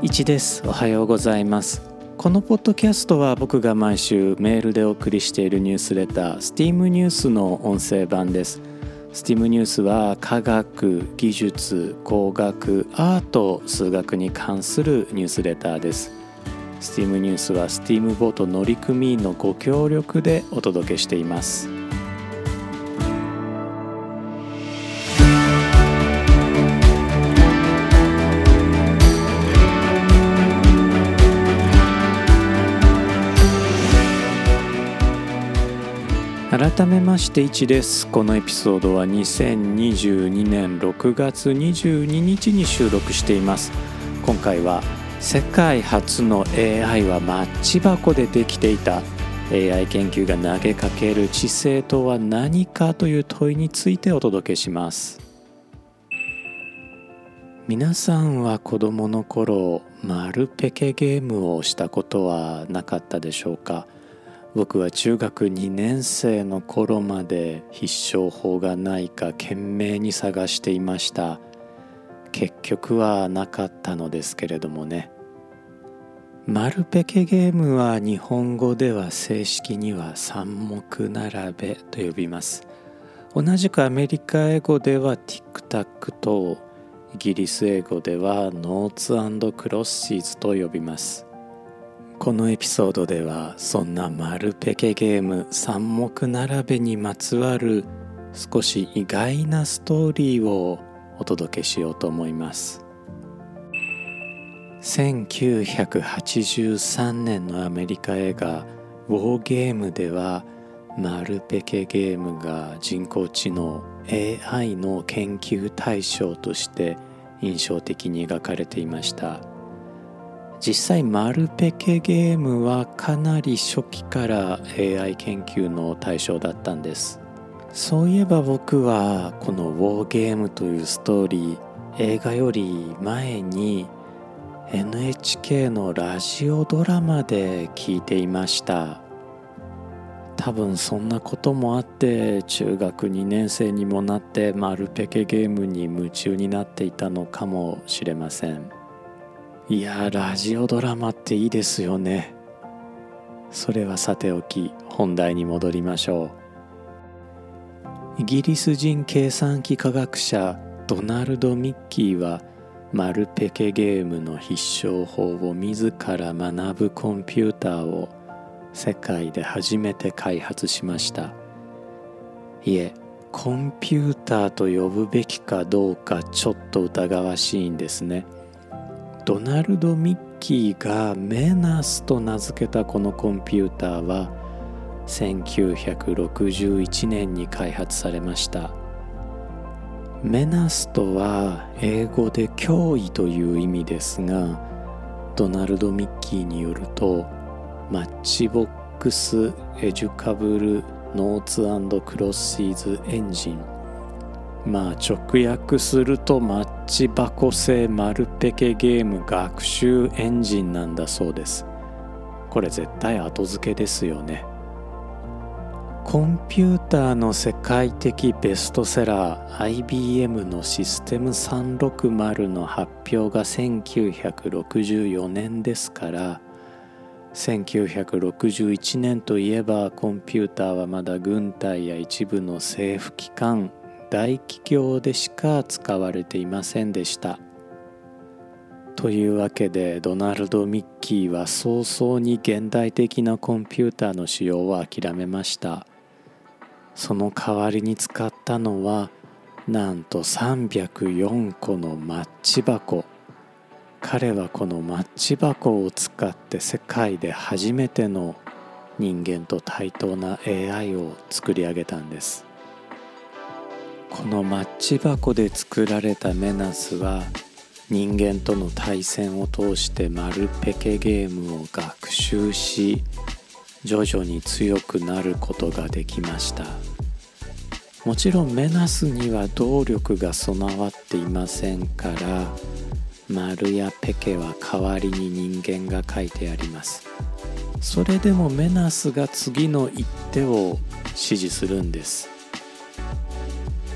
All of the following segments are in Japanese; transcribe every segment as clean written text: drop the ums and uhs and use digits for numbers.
1です。おはようございます。このポッドキャストは僕が毎週メールでお送りしているニュースレター STEAM ニュースの音声版です。STEAM ニュースは科学、技術、工学、アート、数学に関するニュースレターです。STEAM ニュースは STEAM ボート乗組員のご協力でお届けしています。改めまして1です。このエピソードは2022年6月22日に収録しています。今回は世界初の AI はマッチ箱でできていた AI 研究が投げかける知性とは何かという問いについてお届けします。皆さんは子供の頃マルペケゲームをしたことはなかったでしょうか。僕は中学2年生の頃まで必勝法がないか懸命に探していました。結局はなかったのですけれどもね。マルペケゲームは日本語では正式には三目並べと呼びます。同じくアメリカ英語ではティックタックとイギリス英語ではノーツ&クロッシーズと呼びます。このエピソードではそんなマルペケゲーム三目並べにまつわる少し意外なストーリーをお届けしようと思います。1983年のアメリカ映画ウォーゲームではマルペケゲームが人工知能 AI の研究対象として印象的に描かれていました。実際マルペケゲームはかなり初期から AI 研究の対象だったんです。そういえば僕はこのウォーゲームというストーリー映画より前に NHK のラジオドラマで聞いていました。多分そんなこともあって中学2年生にもなってマルペケゲームに夢中になっていたのかもしれません。いやラジオドラマっていいですよね。それはさておき本題に戻りましょう。イギリス人計算機科学者ドナルド・ミッキーはマルペケゲームの必勝法を自ら学ぶコンピューターを世界で初めて開発しました。いえ、コンピューターと呼ぶべきかどうかちょっと疑わしいんですね。ドナルド・ミッキーがメナスと名付けたこのコンピューターは1961年に開発されました。メナスとは英語で脅威という意味ですが、ドナルド・ミッキーによるとマッチボックス・エデュカブル・ノーツ&クロッシーズ・エンジン、直訳するとマッチ箱製マルペケゲーム学習エンジンなんだそうです。これ絶対後付けですよね。コンピューターの世界的ベストセラー IBM のシステム360の発表が1964年ですから1961年といえばコンピューターはまだ軍隊や一部の政府機関大企業でしか使われていませんでした。というわけでドナルド・ミッキーは早々に現代的なコンピューターの使用を諦めました。その代わりに使ったのはなんと304個のマッチ箱。彼はこのマッチ箱を使って世界で初めての人間と対等な AI を作り上げたんです。このマッチ箱で作られたメナスは人間との対戦を通してマルペケゲームを学習し徐々に強くなることができました。もちろんメナスには動力が備わっていませんからマルやペケは代わりに人間が書いてあります。それでもメナスが次の一手を指示するんです。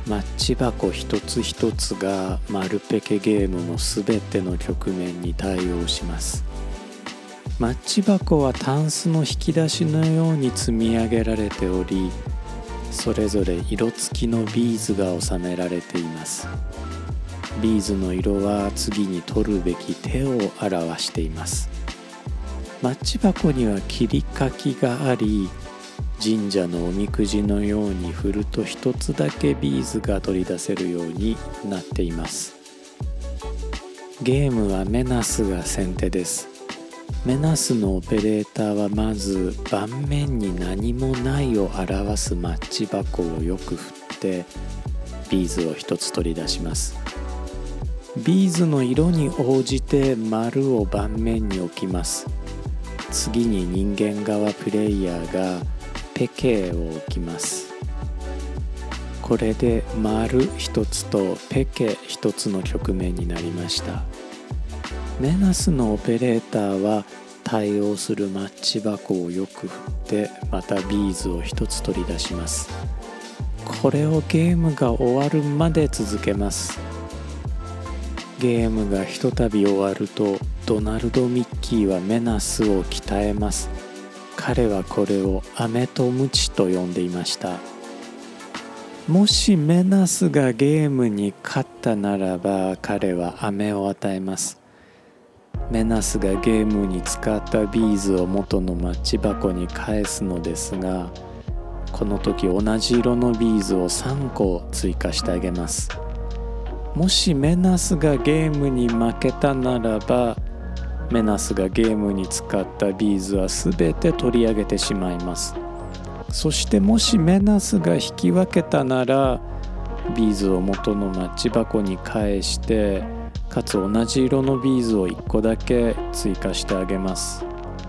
マッチ箱一つ一つがマルペケゲームのすべての局面に対応します。マッチ箱はタンスの引き出しのように積み上げられており、それぞれ色付きのビーズが収められています。ビーズの色は次に取るべき手を表しています。マッチ箱には切り欠きがあり、神社のおみくじのように振ると一つだけビーズが取り出せるようになっています。ゲームはメナスが先手です。メナスのオペレーターはまず盤面に何もないを表すマッチ箱をよく振ってビーズを一つ取り出します。ビーズの色に応じて丸を盤面に置きます。次に人間側プレイヤーがペケを置きます。これで丸一つとペケ一つの局面になりました。メナスのオペレーターは対応するマッチ箱をよく振ってまたビーズを一つ取り出します。これをゲームが終わるまで続けます。ゲームがひとたび終わるとドナルド・ミッキーはメナスを鍛えます。彼はこれを飴とムチと呼んでいました。もしメナスがゲームに勝ったならば彼は飴を与えます。メナスがゲームに使ったビーズを元のマッチ箱に返すのですが、この時同じ色のビーズを3個追加してあげます。もしメナスがゲームに負けたならば、メナスがゲームに使ったビーズはすべて取り上げてしまいます。そしてもしメナスが引き分けたなら、ビーズを元のマッチ箱に返して、かつ同じ色のビーズを1個だけ追加してあげます。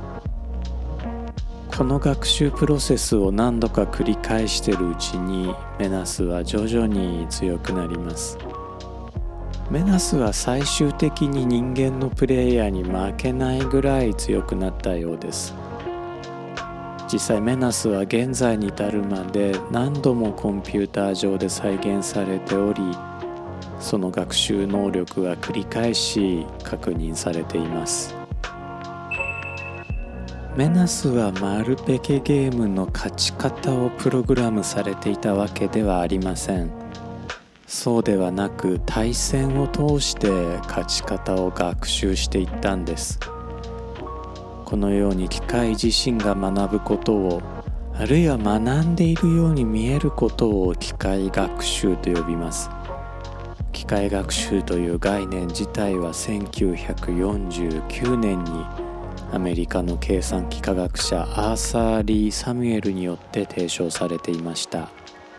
この学習プロセスを何度か繰り返しているうちにメナスは徐々に強くなります。メナスは最終的に人間のプレイヤーに負けないぐらい強くなったようです。実際メナスは現在に至るまで何度もコンピューター上で再現されており、その学習能力は繰り返し確認されています。メナスはマルペケゲームの勝ち方をプログラムされていたわけではありません。そうではなく対戦を通して勝ち方を学習していったんです。このように機械自身が学ぶことを、あるいは学んでいるように見えることを機械学習と呼びます。機械学習という概念自体は1949年にアメリカの計算機科学者アーサー・リー・サミュエルによって提唱されていました。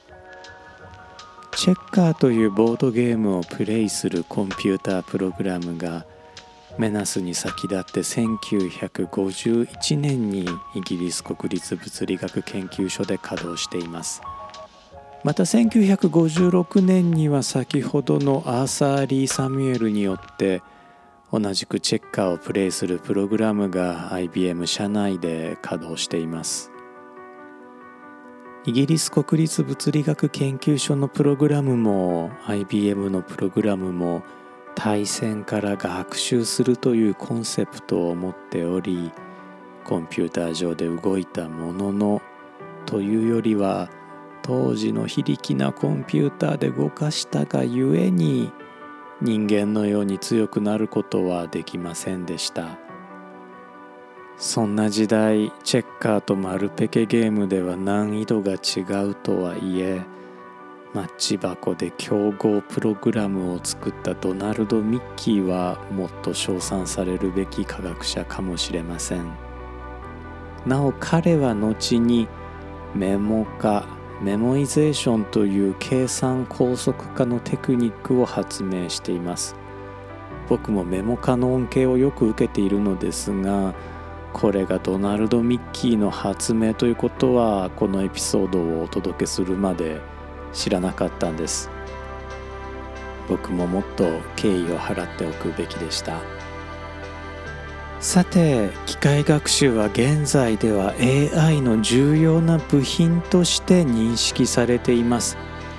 チェッカーというボードゲームをプレイするコンピュータープログラムがメナスに先立って1951年にイギリス国立物理学研究所で稼働しています。また1956年には先ほどのアーサー・リー・サミュエルによって同じくチェッカーをプレイするプログラムが IBM 社内で稼働しています。イギリス国立物理学研究所のプログラムも IBM のプログラムも対戦から学習するというコンセプトを持っており、コンピューター上で動いたもののというよりは当時の非力なコンピューターで動かしたがゆえに人間のように強くなることはできませんでした。そんな時代、チェッカーとマルペケゲームでは難易度が違うとはいえ、マッチ箱で競合プログラムを作ったドナルド・ミッキーはもっと称賛されるべき科学者かもしれません。なお彼は後にメモイゼーションという計算高速化のテクニックを発明しています。僕もメモ化の恩恵をよく受けているのですが、これがドナルド・ミッキーの発明ということはこのエピソードをお届けするまで知らなかったんです。僕ももっと敬意を払っておくべきでした。さて、機械学習は現在では AI の重要な部品として認識されています。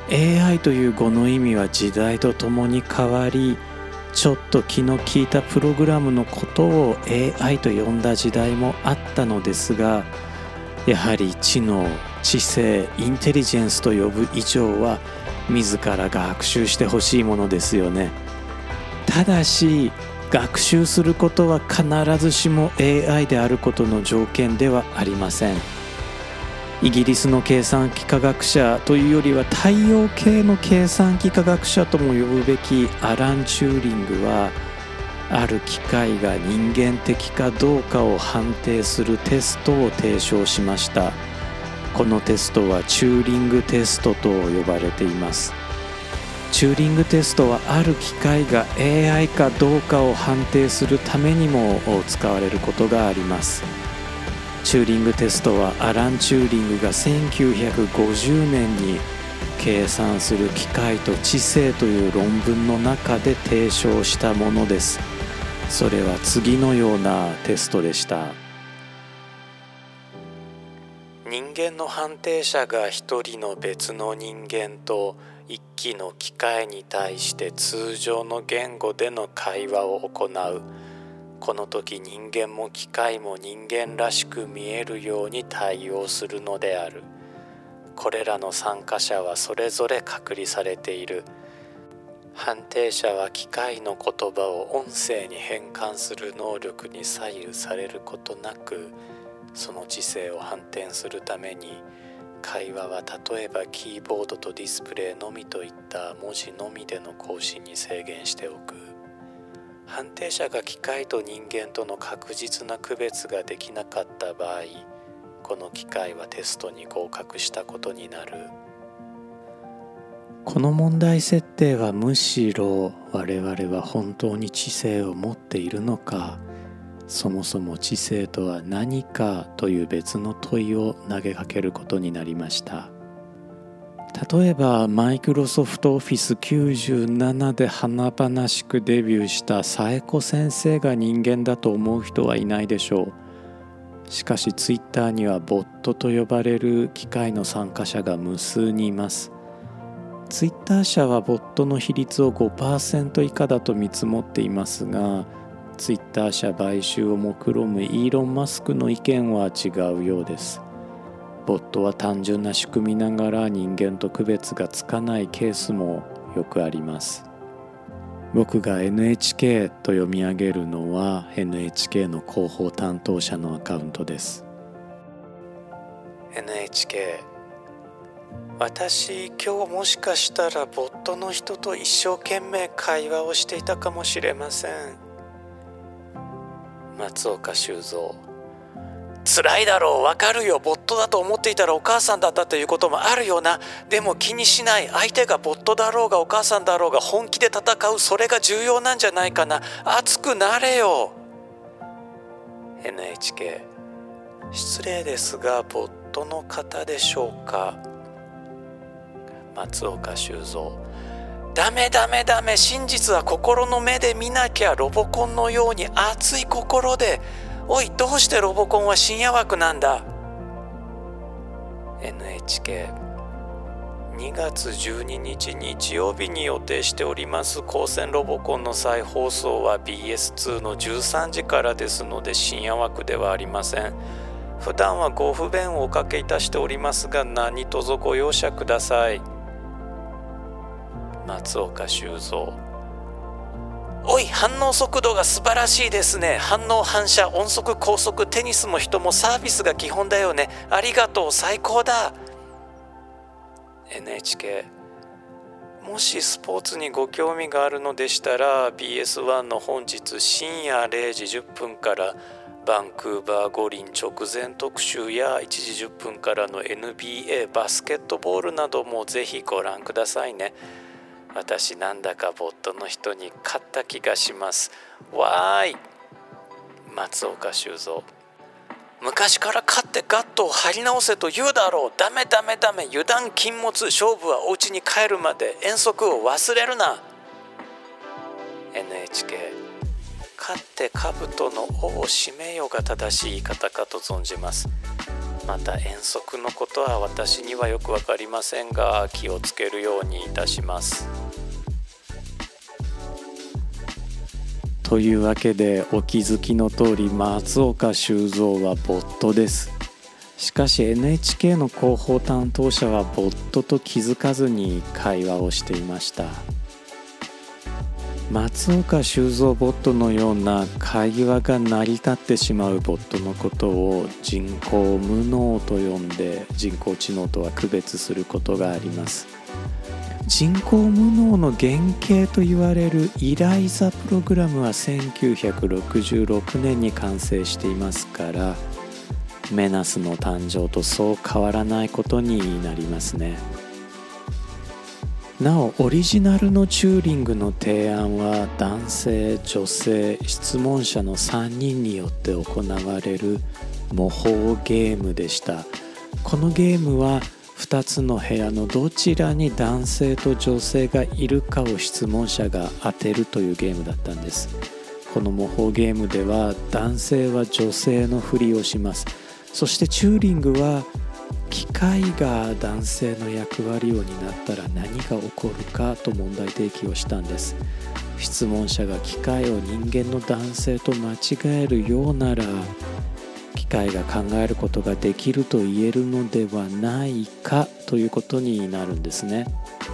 AI という語の意味は時代とともに変わり、ちょっと気の利いたプログラムのことを AI と呼んだ時代もあったのですが、やはり知能、知性、インテリジェンスと呼ぶ以上は自ら学習してほしいものですよね。ただし学習することは必ずしも AI であることの条件ではありません。イギリスの計算機科学者というよりは太陽系の計算機科学者とも呼ぶべきアラン・チューリングは、ある機械が人間的かどうかを判定するテストを提唱しました。このテストはチューリングテストと呼ばれています。チューリングテストはある機械が AI かどうかを判定するためにも使われることがあります。チューリングテストはアラン・チューリングが1950年に計算する機械と知性という論文の中で提唱したものです。それは次のようなテストでした。人間の判定者が一人の別の人間と一機の機械に対して通常の言語での会話を行う。この時人間も機械も人間らしく見えるように対応するのである。これらの参加者はそれぞれ隔離されている。判定者は機械の言葉を音声に変換する能力に左右されることなく、その知性を反転するために会話は例えばキーボードとディスプレイのみといった文字のみでの更新に制限しておく。判定者が機械と人間との確実な区別ができなかった場合、この機械はテストに合格したことになる。この問題設定はむしろ我々は本当に知性を持っているのか、そもそも知性とは何かという別の問いを投げかけることになりました。例えばマイクロソフトオフィス97で華々しくデビューした佐江子先生が人間だと思う人はいないでしょう。しかしツイッターにはボットと呼ばれる機械の参加者が無数にいます。ツイッター社はボットの比率を 5% 以下だと見積もっていますが、ツイッター社買収を目論むイーロン・マスクの意見は違うようです。ボットは単純な仕組みながら人間と区別がつかないケースもよくあります。僕が NHK と読み上げるのは NHK の広報担当者のアカウントです。NHK、 私今日もしかしたらボットの人と一生懸命会話をしていたかもしれません。松岡修造、辛いだろう、わかるよ、ボットだと思っていたらお母さんだったということもあるよな。でも気にしない、相手がボットだろうがお母さんだろうが本気で戦う、それが重要なんじゃないかな。熱くなれよ。 NHK、 失礼ですがボットの方でしょうか。松岡修造、ダメダメダメ、真実は心の目で見なきゃ。ロボコンのように熱い心で。おい、どうしてロボコンは深夜枠なんだ。 NHK、 2月12日日曜日に予定しております高専ロボコンの再放送は BS2 の13時からですので深夜枠ではありません。普段はご不便をおかけいたしておりますが何卒ご容赦ください。松岡修造、おい、反応速度が素晴らしいですね。反応、反射、音速、高速、テニスも人もサービスが基本だよね。ありがとう、最高だ。 NHK、 もしスポーツにご興味があるのでしたら BS1 の本日深夜0時10分からバンクーバー五輪直前特集や1時10分からの NBA バスケットボールなどもぜひご覧くださいね。私なんだかボットの人に勝った気がします。わーい。松岡修造、昔から勝ってガットを張り直せと言うだろう。ダメダメダメ、油断禁物、勝負はお家に帰るまで、遠足を忘れるな。 NHK、 勝って兜の尾を締めよが正しい言い方かと存じます。 また遠足のことは私にはよくわかりませんが、気をつけるようにいたします。というわけで、お気づきの通り松岡修造はボットです。しかし NHK の広報担当者はボットと気づかずに会話をしていました。松岡修造ボットのような会話が成り立ってしまうボットのことを人工無能と呼んで、人工知能とは区別することがあります。人工無能の原型と言われるイライザプログラムは1966年に完成していますから、メナスの誕生とそう変わらないことになりますね。なお、オリジナルのチューリングの提案は男性、女性、質問者の3人によって行われる模倣ゲームでした。このゲームは2つの部屋のどちらに男性と女性がいるかを質問者が当てるというゲームだったんです。この模倣ゲームでは男性は女性のふりをします。そしてチューリングは機械が男性の役割を担ったら何が起こるかと問題提起をしたんです。質問者が機械を人間の男性と間違えるようなら、機械が考えることができると言えるのではないかということになるんですね。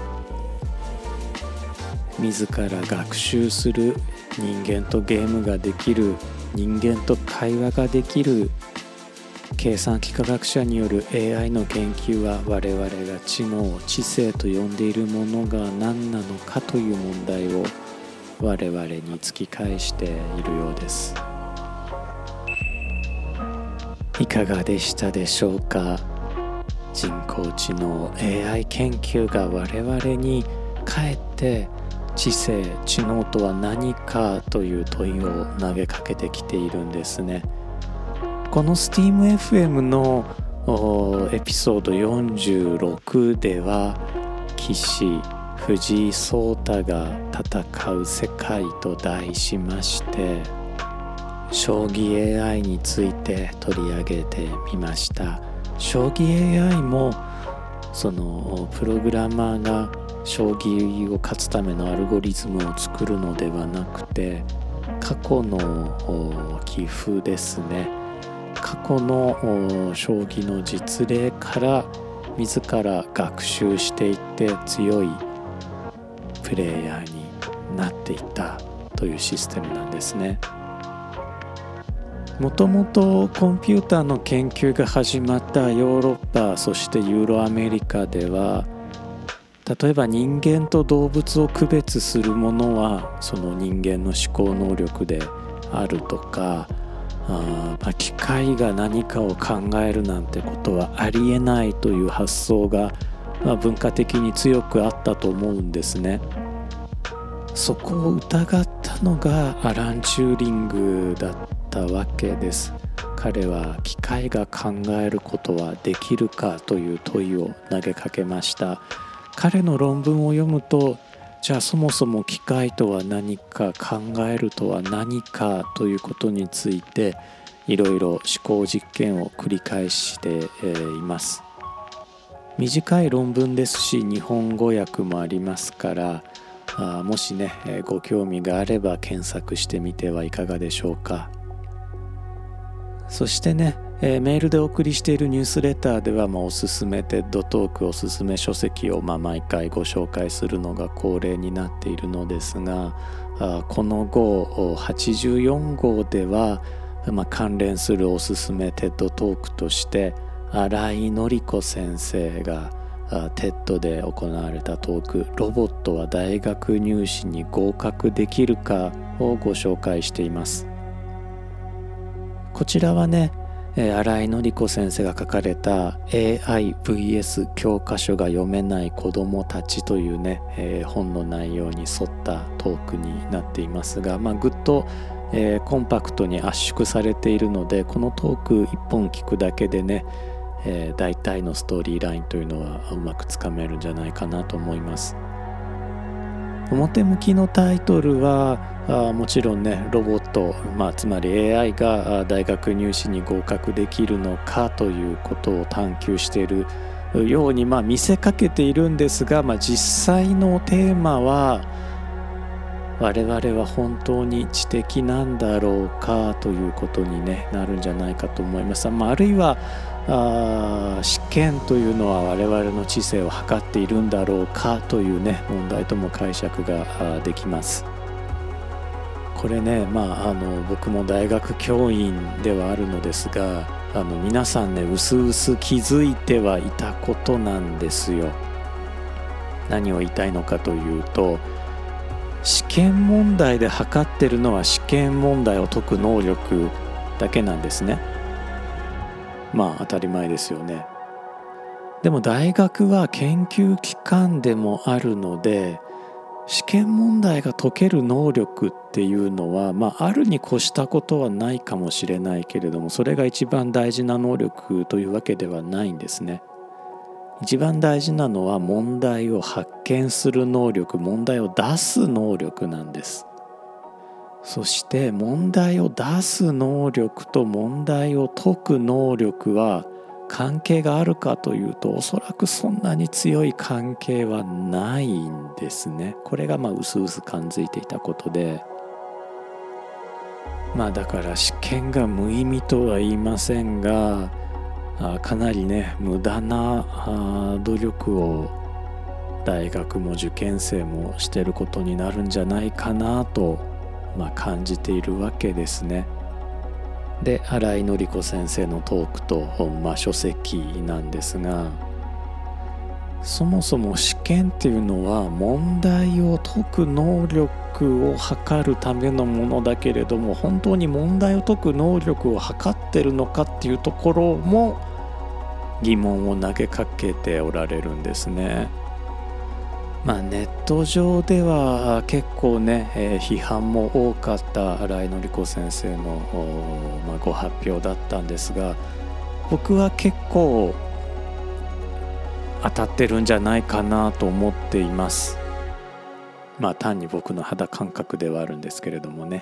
自ら学習する、人間とゲームができる、人間と会話ができる計算機科学者による AI の研究は、我々が知能、知性と呼んでいるものが何なのかという問題を我々に突き返しているようです。いかがでしたでしょうか。人工知能 AI 研究が我々にかえって知性、知能とは何かという問いを投げかけてきているんですね。この SteamFM のエピソード46では、棋士藤井聡太が戦う世界と題しまして、将棋 AI について取り上げてみました。将棋 AI もそのプログラマーが将棋を勝つためのアルゴリズムを作るのではなくて、過去の棋譜ですね、過去の将棋の実例から自ら学習していって強いプレイヤーになっていったというシステムなんですね。もともとコンピューターの研究が始まったヨーロッパ、そしてユーロアメリカでは、例えば人間と動物を区別するものはその人間の思考能力であるとか、機械が何かを考えるなんてことはありえないという発想が、文化的に強くあったと思うんですね。そこを疑ったのがアラン・チューリングだったわけです。彼は機械が考えることはできるかという問いを投げかけました。彼の論文を読むと、じゃあそもそも機械とは何か、考えるとは何かということについていろいろ思考実験を繰り返しています。短い論文ですし、日本語訳もありますから、もしね、ご興味があれば検索してみてはいかがでしょうか。そしてね、メールでお送りしているニュースレターでは、おすすめテッドトーク、おすすめ書籍を毎回ご紹介するのが恒例になっているのですが、この号84号では、関連するおすすめテッドトークとして新井紀子先生がテッドで行われたトーク、ロボットは大学入試に合格できるかをご紹介しています。こちらはね、新井紀子先生が書かれた AI vs 教科書が読めない子どもたちというね、本の内容に沿ったトークになっていますが、ぐっと、コンパクトに圧縮されているので、このトーク1本聞くだけでね、大体のストーリーラインというのはうまくつかめるんじゃないかなと思います。 表向きのタイトルはもちろんねロボット、つまり AI が大学入試に合格できるのかということを探求しているように見せかけているんですが、実際のテーマは我々は本当に知的なんだろうかということに、なるんじゃないかと思います。あるいは試験というのは我々の知性を測っているんだろうかという問題とも解釈ができます。これ僕も大学教員ではあるのですが皆さんうすうす気づいてはいたことなんですよ。何を言いたいのかというと、試験問題で測ってるのは試験問題を解く能力だけなんですね。当たり前ですよね。でも大学は研究機関でもあるので、試験問題が解ける能力っていうのは、あるに越したことはないかもしれないけれども、それが一番大事な能力というわけではないんですね。一番大事なのは問題を発見する能力、問題を出す能力なんです。そして問題を出す能力と問題を解く能力は関係があるかというと、おそらくそんなに強い関係はないんですね。これがうすうす感づいていたことで、だから試験が無意味とは言いませんが、かなり無駄な努力を大学も受験生もしていることになるんじゃないかなと、感じているわけですね。で、新井紀子先生のトークと、書籍なんですが、そもそも試験っていうのは問題を解く能力を測るためのものだけれども、本当に問題を解く能力を測ってるのかっていうところも疑問を投げかけておられるんですね。ネット上では結構批判も多かった新井紀子先生の、ご発表だったんですが、僕は結構当たってるんじゃないかなと思っています。単に僕の肌感覚ではあるんですけれどもね。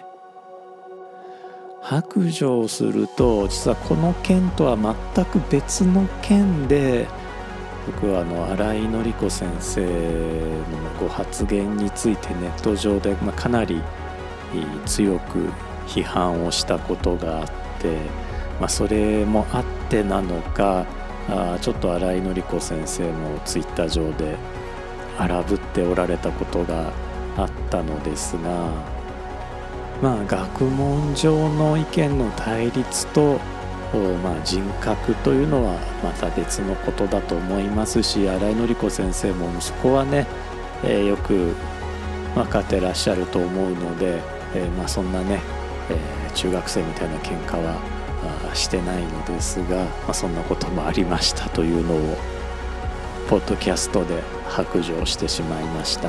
白状をすると、実はこの件とは全く別の件で、僕は新井紀子先生のご発言についてネット上でかなり強く批判をしたことがあって、それもあってなのか、ちょっと新井紀子先生もツイッター上で荒ぶっておられたことがあったのですが、学問上の意見の対立と人格というのはまた別のことだと思いますし、新井紀子先生もそこはよく分かってらっしゃると思うので、そんな中学生みたいな喧嘩はしてないのですが、そんなこともありましたというのをポッドキャストで白状してしまいました。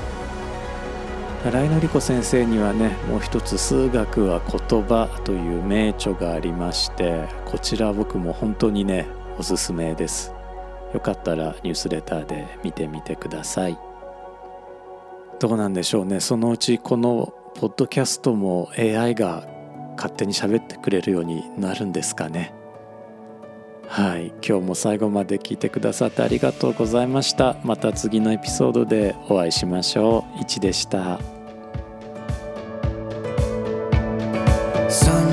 新井紀子先生にはもう一つ数学は言葉という名著がありまして、こちら僕も本当におすすめです。よかったらニュースレターで見てみてください。どうなんでしょうね。そのうちこのポッドキャストも AI が勝手に喋ってくれるようになるんですかね。はい、今日も最後まで聞いてくださってありがとうございました。また次のエピソードでお会いしましょう。いちでした。